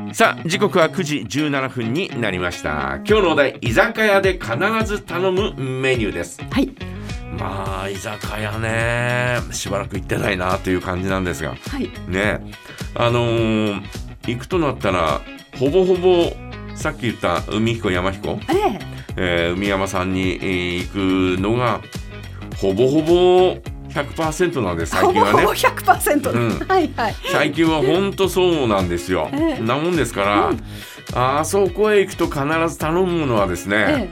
さあ時刻は9時17分になりました。今日のお題、居酒屋で必ず頼むメニューです。 はい。 まあ居酒屋ね、しばらく行ってないなという感じなんですが、 はい。 ね、行くとなったらほぼほぼさっき言った海彦山彦、海山さんに行くのがほぼほぼ100% なんです、最近はね。 ほぼほぼ 100%、はいはい。 最近は本当そうなんですよ。なもんですから、あそこへ行くと必ず頼むものはですね、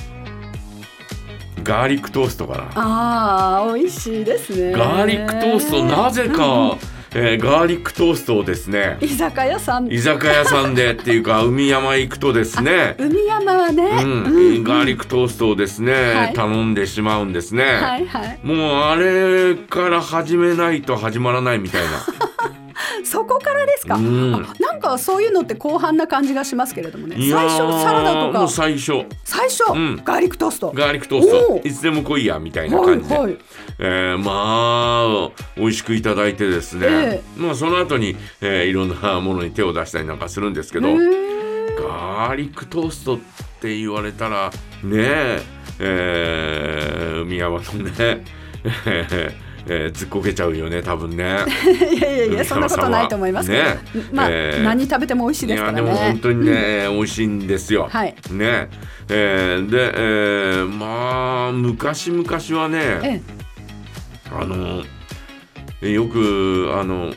ガーリックトーストかな。 ああ、美味しいですね。 ガーリックトースト、なぜか、ガーリックトーストをですね、 居酒屋さんでっていうか海山行くとですね、 海山はね、 ガーリックトーストをですね、頼んでしまうんですね。 はいはい。 もうあれから始めないと始まらないみたいな。 そこからですか。なんかそういうのって後半な感じがしますけれどもね。最初サラダとか。 もう最初、 ガーリックトースト。 いつでも来いやみたいな感じで、まあ美味しくいただいてですね、まあその後に、いろんなものに手を出したりなんかするんですけど、ガーリックトーストって言われたらね、海山のねずっこけちゃうよね、多分ね。 いやそんなことないと思いますけど、まあ、何食べても美味しいですからね。 いやでも本当にね、美味しいんですよ。ね、で、まあ昔々はね、よく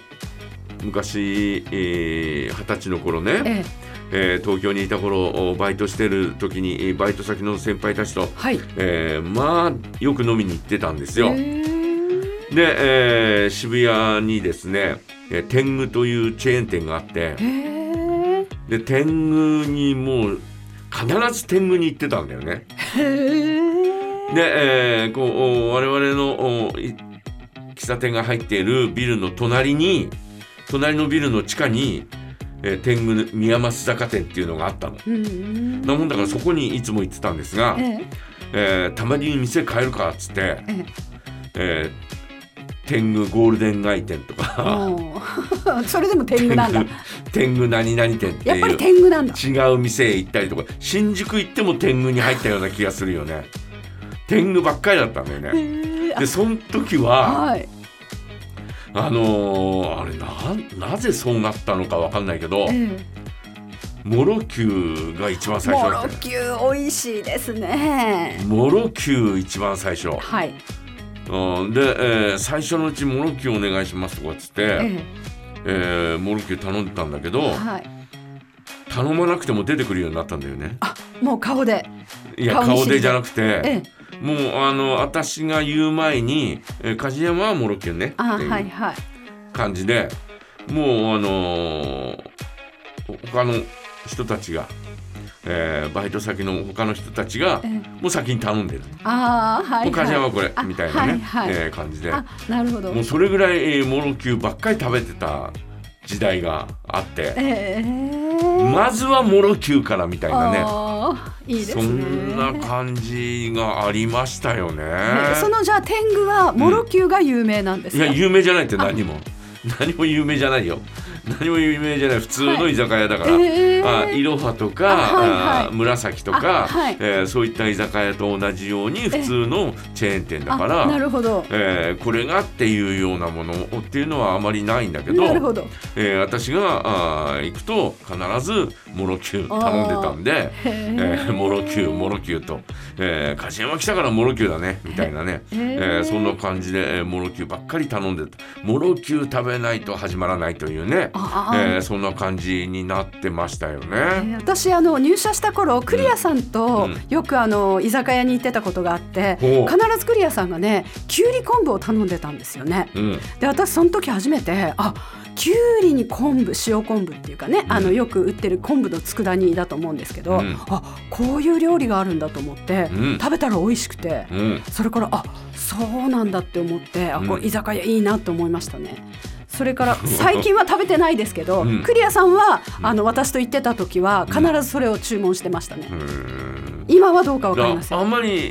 昔、20歳の頃ね、東京にいた頃バイトしてる時にバイト先の先輩たちと、まあよく飲みに行ってたんですよ。で、渋谷にですね、天狗というチェーン店があって、で天狗にもう必ず天狗に行ってたんだよね。で、こう我々の喫茶店が入っているビルの隣のビルの地下に、天狗宮益坂店っていうのがあったの。なもんだからそこにいつも行ってたんですが、たまに店変えるかっつって、天狗ゴールデン街店とかそれでも天狗なんだ。 天狗何々店っていうやっぱり天狗なんだ。 違う店へ行ったりとか、新宿行っても天狗に入ったような気がするよね。天狗ばっかりだったんだよね。でその時は、あれなぜそうなったのか分かんないけど、モロキューが一番最初だったよね。 モロキュー美味しいですね。 モロキュー一番最初。で、最初のうちモロキューお願いしますとかっつって、モロキュー頼んでたんだけど、頼まなくても出てくるようになったんだよね。 もう顔で。 いや顔でじゃなくて、もう私が言う前に、梶山はモロキューねっていう感じで、もう他の人たちが、バイト先の他の人たちがもう先に頼んでる。もう梶山はこれみたいなね、感じで。 なるほど。 もうそれぐらい、モロキューばっかり食べてた時代があって、まずはモロキューからみたいなね。 いいですね。 そんな感じがありましたよね。 そのじゃあ天狗はモロキューが有名なんですか。 いや有名じゃないって何も有名じじゃないよ。何も有名じゃない、普通の居酒屋だから、いろはとか、紫とか、そういった居酒屋と同じように普通のチェーン店だから、 なるほど。 これがっていうようなものっていうのはあまりないんだけど、私が行くと必ずモロキュー頼んでたんで、モロキューと、梶山来たからモロキューだねみたいなね、そんな感じで、モロキューばっかり頼んでた。モロキュー食べないと始まらないというね、そんな感じになってましたよね。 私入社した頃クリアさんとよく居酒屋に行ってたことがあって、必ずクリアさんがねきゅうり昆布を頼んでたんですよね。で私その時初めてきゅうりに昆布、塩昆布っていうかね、よく売ってる昆布の佃煮だと思うんですけど、こういう料理があるんだと思って、食べたら美味しくて、それからそうなんだって思って、これ居酒屋いいなと思いましたね。それから最近は食べてないですけど、クリアさんは私と行ってた時は必ずそれを注文してましたね。今はどうかわかりません。 あんまり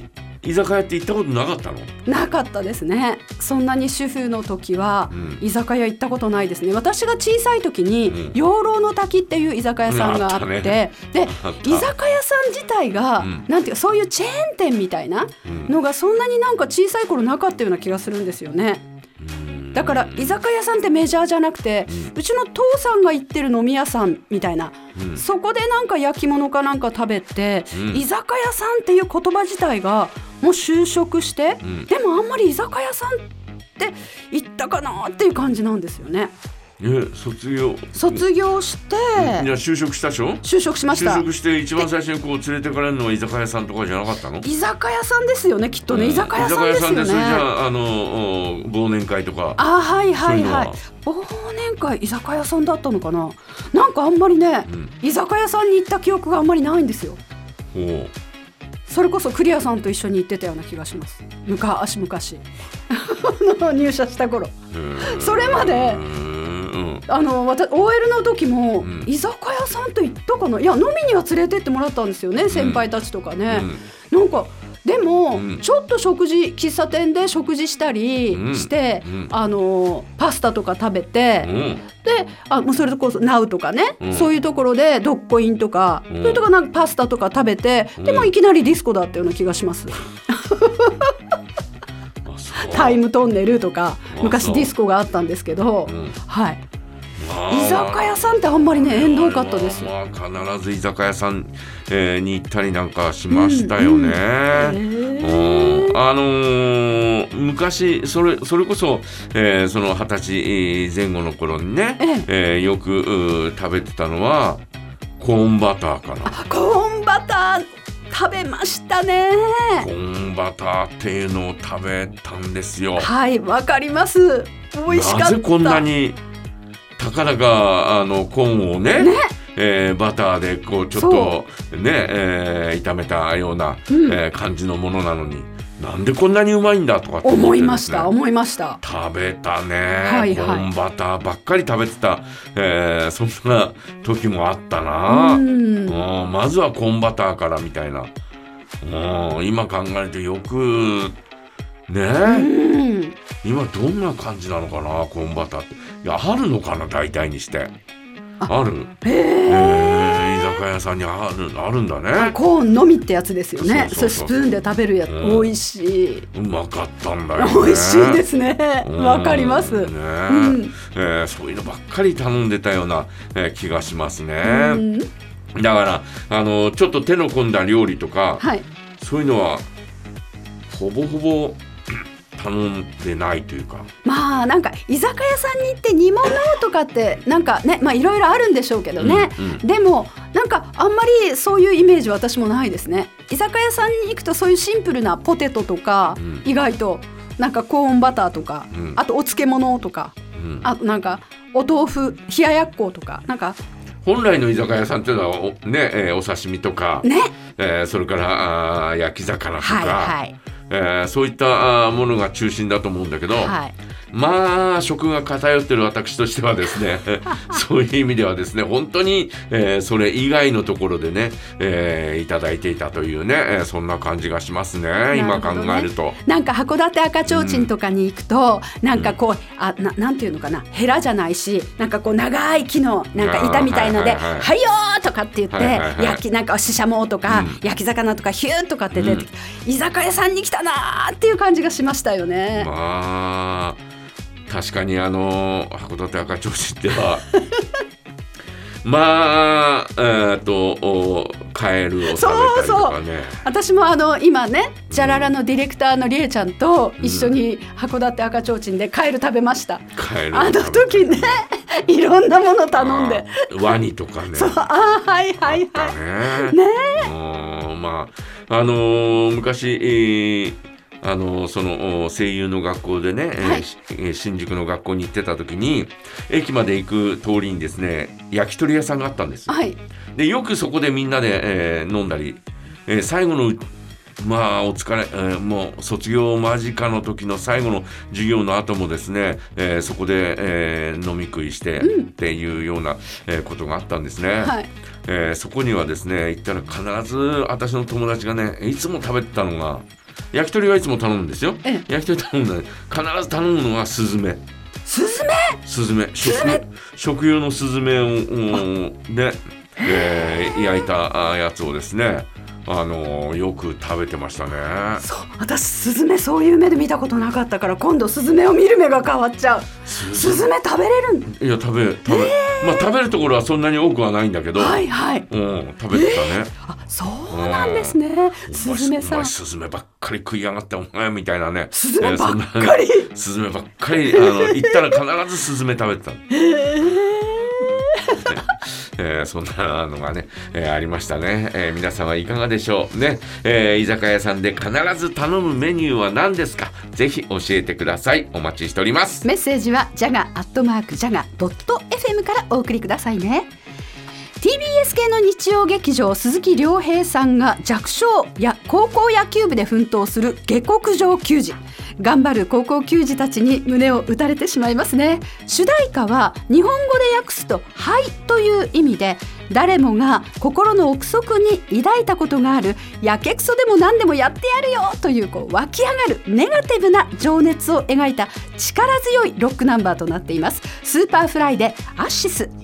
居酒屋って行ったことなかったの？ なかったですね。そんなに主婦の時は居酒屋行ったことないですね。私が小さい時に養老の滝っていう居酒屋さんがあって、で居酒屋さん自体がなんていうかそういうチェーン店みたいなのがそんなになんか小さい頃なかったような気がするんですよね。だから居酒屋さんってメジャーじゃなくて、うちの父さんが行ってる飲み屋さんみたいな、そこでなんか焼き物かなんか食べて、居酒屋さんっていう言葉自体がもう就職して、でもあんまり居酒屋さんって行ったかなっていう感じなんですよね。 卒業して就職したでしょ？ 就職しました。 就職して一番最初にこう連れてかれるのは居酒屋さんとかじゃなかったの？居酒屋さんですよね、きっとね。居酒屋さんですよね。 それじゃあ忘年会とかはいはいはい。忘年会居酒屋さんだったのかな。なんかあんまりね、居酒屋さんに行った記憶があんまりないんですよ。それこそクリアさんと一緒に行ってたような気がします。昔入社した頃。それまでOL の時も居酒屋さんと行ったかな。いや飲みには連れてってもらったんですよね、先輩たちとかね。なんかでも、ちょっと喫茶店で食事したりして、パスタとか食べて、でもうそれこそナウとかね、そういうところでドッコインとか、それとかなんかパスタとか食べて、でもいきなりディスコだったような気がしますタイムトンネルとか昔ディスコがあったんですけど、はい。居酒屋さんってあんまりね縁遠かったです。 必ず居酒屋さん、に行ったりなんかしましたよね。昔それこそ、その20歳前後の頃にね、よく食べてたのはコーンバターかな。 コーンバター食べましたね。 コーンバターっていうのを食べたんですよ。 はい、わかります。美味しかった。 なぜこんなにたかだかコーンをね、バターでこうちょっとね、炒めたような、感じのものなのに、なんでこんなにうまいんだとかって思いました。 食べたね、コーンバターばっかり食べてた、そんな時もあったな。まずはコーンバターからみたいな。今考えるとよくね、今どんな感じなのかな、コーンバターって。いや、あるのかな、大体にしてある。居酒屋さんにあるんだね。 コーンのみってやつですよね。それスプーンで食べるやつ、美味しい。 うまかったんだよね。 美味しいですね。わかります。 そういうのばっかり頼んでたような、気がしますね。だからちょっと手の込んだ料理とか、そういうのはほぼほぼ頼んでないというか。 まあなんか居酒屋さんに行って煮物とかってなんかね、まあいろいろあるんでしょうけどね、でもなんかあんまりそういうイメージ私もないですね。居酒屋さんに行くとそういうシンプルなポテトとか、意外となんかコーンバターとか、あとお漬物とか、あとなんかお豆腐冷ややっことか、なんか本来の居酒屋さんっていうのはね、お刺身とか、それから焼き魚とか、そういったものが中心だと思うんだけど、まあ食が偏ってる私としてはですねそういう意味ではですね、本当に、それ以外のところでね、いただいていたというね、そんな感じがしますね、今考えると。 なんか函館赤ちょうちんとかに行くと、なんかこうなんていうのかな、ヘラじゃないし、なんかこう長い木のなんか板みたいので「はいよー!」とかって言って、なんかししゃもとか、焼き魚とかヒューとかって出てきて、居酒屋さんに来たなーっていう感じがしましたよね。 まあ確かに函館赤ちょうちんではまあカエルを食べたりとかね。 私も今ねジャララのディレクターのりえちゃんと一緒に函館赤ちょうちんでカエル食べました。あの時ねいろんなもの頼んで、 ワニとかね。 はいはいはいね。 まあ昔その声優の学校でね、新宿の学校に行ってた時に駅まで行く通りにですね、焼き鳥屋さんがあったんですよ。でよくそこでみんなで、飲んだり、最後のまあお疲れ、もう卒業間近の時の最後の授業の後もですね、そこで、飲み食いしてっていうような、ことがあったんですね。そこにはですね行ったら必ず私の友達がねいつも食べてたのが焼き鳥はいつも頼むんですよ。焼き鳥頼むのに必ず頼むのはスズメ。食用のスズメをね、焼いたやつをですね、よく食べてましたね。 そう、私スズメそういう目で見たことなかったから、今度スズメを見る目が変わっちゃう。スズメ食べれるん？ いや、食べる、まあ食べるところはそんなに多くはないんだけど、 はいはい、 食べてたね。 そうなんですね。スズメさん、 お前スズメばっかり食いやがってお前みたいなね。 スズメばっかり、 スズメばっかり行ったら必ずスズメ食べてた。そんなのがね、ありましたね。皆さんはいかがでしょうね。居酒屋さんで必ず頼むメニューは何ですか？ぜひ教えてください。お待ちしております。 メッセージはjaga@jaga.fm からお送りくださいね。TBS 系の日曜劇場、鈴木亮平さんが弱小や高校野球部で奮闘する下克上球児。頑張る高校球児たちに胸を打たれてしまいますね。主題歌は日本語で訳すとはいという意味で、誰もが心の奥底に抱いたことがあるやけくそでも何でもやってやるよという、湧き上がるネガティブな情熱を描いた力強いロックナンバーとなっています。スーパーフライでアシス。